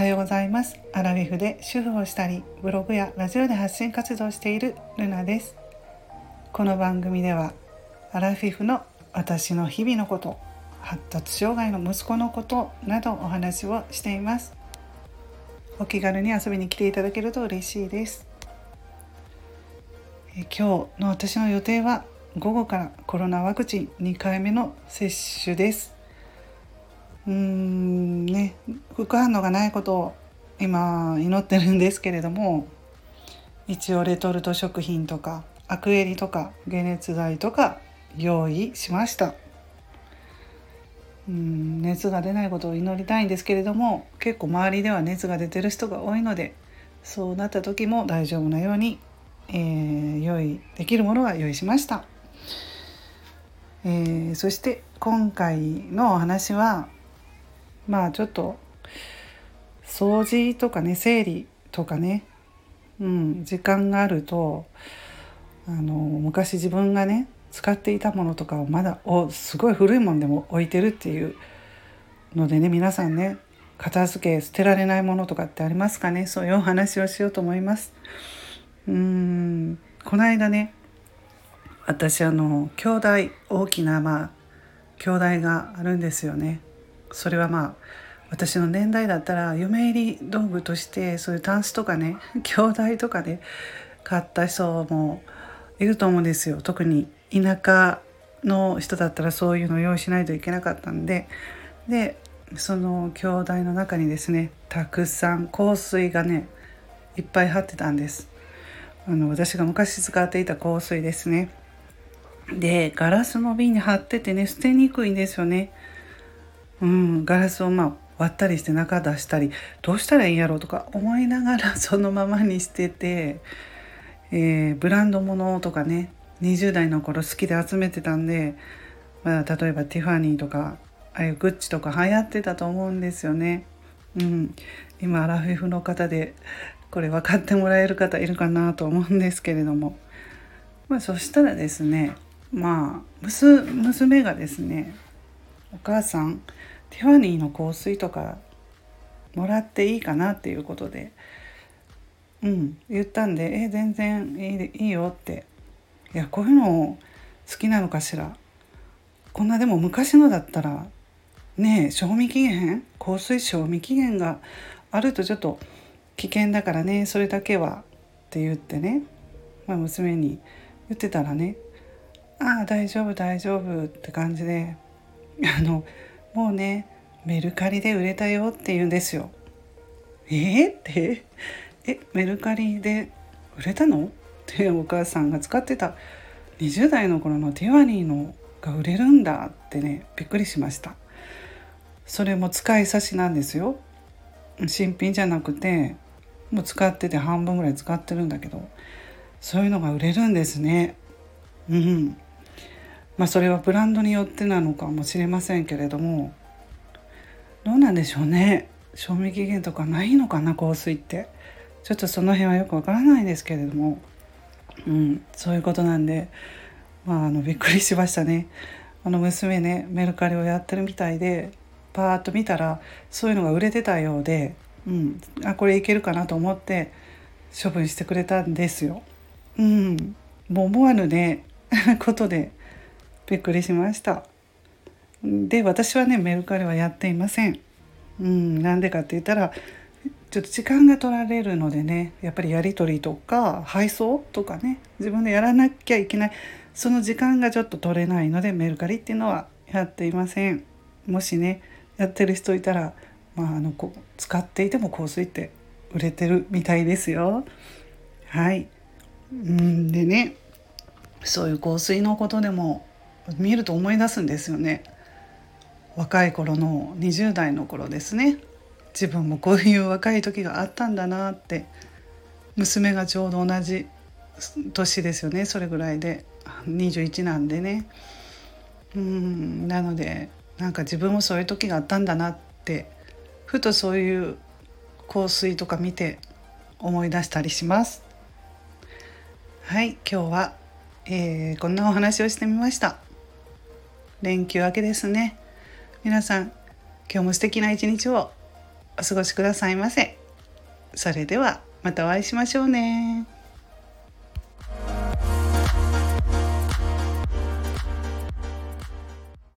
ようございます。アラフィフで主婦をしたり、ブログやラジオで発信活動しているルナです。この番組ではアラフィフの私の日々のこと、発達障害の息子のことなどお話をしています。お気軽に遊びに来ていただけると嬉しいです。今日の私の予定は午後からコロナワクチン2回目の接種です。副反応がないことを今祈ってるんですけれども、一応レトルト食品とかアクエリとか解熱剤とか用意しました。熱が出ないことを祈りたいんですけれども、結構周りでは熱が出てる人が多いので、そうなった時も大丈夫なように、用意できるものは用意しました。そして今回のお話はちょっと掃除とかね、整理とかね、時間があると昔自分がね使っていたものとかをすごい古いものでも置いてるっていうのでね、皆さんね、片付け捨てられないものとかってありますかね。そういうお話をしようと思います。この間ね、私大きな兄弟があるんですよね。それは私の年代だったら嫁入り道具としてそういうタンスとかね、兄弟とかで買った人もいると思うんですよ。特に田舎の人だったらそういうのを用意しないといけなかったんで、その兄弟の中にですね、たくさん香水がねいっぱい貼ってたんです。私が昔使っていた香水ですね。で、ガラスの瓶に貼っててね、捨てにくいんですよね。ガラスを割ったりして中出したり、どうしたらいいんやろうとか思いながらそのままにしてて、ブランド物とかね、20代の頃好きで集めてたんで、例えばティファニーとかああいうグッチとか流行ってたと思うんですよね。今アラフィフの方でこれ分かってもらえる方いるかなと思うんですけれども、そしたらですね、娘がですね、お母さんティファニーの香水とかもらっていいかなっていうことで、言ったんで、全然いいよって。いや、こういうの好きなのかしら。こんなでも昔のだったらね、香水賞味期限があるとちょっと危険だからね、それだけはって言ってね、娘に言ってたらね、大丈夫大丈夫って感じで、もうねメルカリで売れたよって言うんですよ。ってメルカリで売れたのってお母さんが使ってた20代の頃のティファニーのが売れるんだってね、びっくりしました。それも使い差しなんですよ。新品じゃなくて、もう使ってて半分ぐらい使ってるんだけど、そういうのが売れるんですね。それはブランドによってなのかもしれませんけれども、どうなんでしょうね。賞味期限とかないのかな、香水って。ちょっとその辺はよくわからないですけれども、そういうことなんで、びっくりしましたね。娘ね、メルカリをやってるみたいで、パーッと見たらそういうのが売れてたようで、これいけるかなと思って処分してくれたんですよ。もう思わぬねことでびっくりしました。で、私はねメルカリはやっていません。なんでかって言ったら、ちょっと時間が取られるのでね、やっぱりやり取りとか配送とかね、自分でやらなきゃいけない、その時間がちょっと取れないので、メルカリっていうのはやっていません。もしねやってる人いたら、使っていても香水って売れてるみたいですよ。はい。でね、そういう香水のことでも見ると思い出すんですよね。若い頃の20代の頃ですね。自分もこういう若い時があったんだなって。娘がちょうど同じ年ですよね。それぐらいで21なんでね。なので自分もそういう時があったんだなって、ふとそういう香水とか見て思い出したりします。はい、今日は、こんなお話をしてみました。連休明けですね。皆さん今日も素敵な一日をお過ごしくださいませ。それではまたお会いしましょうね。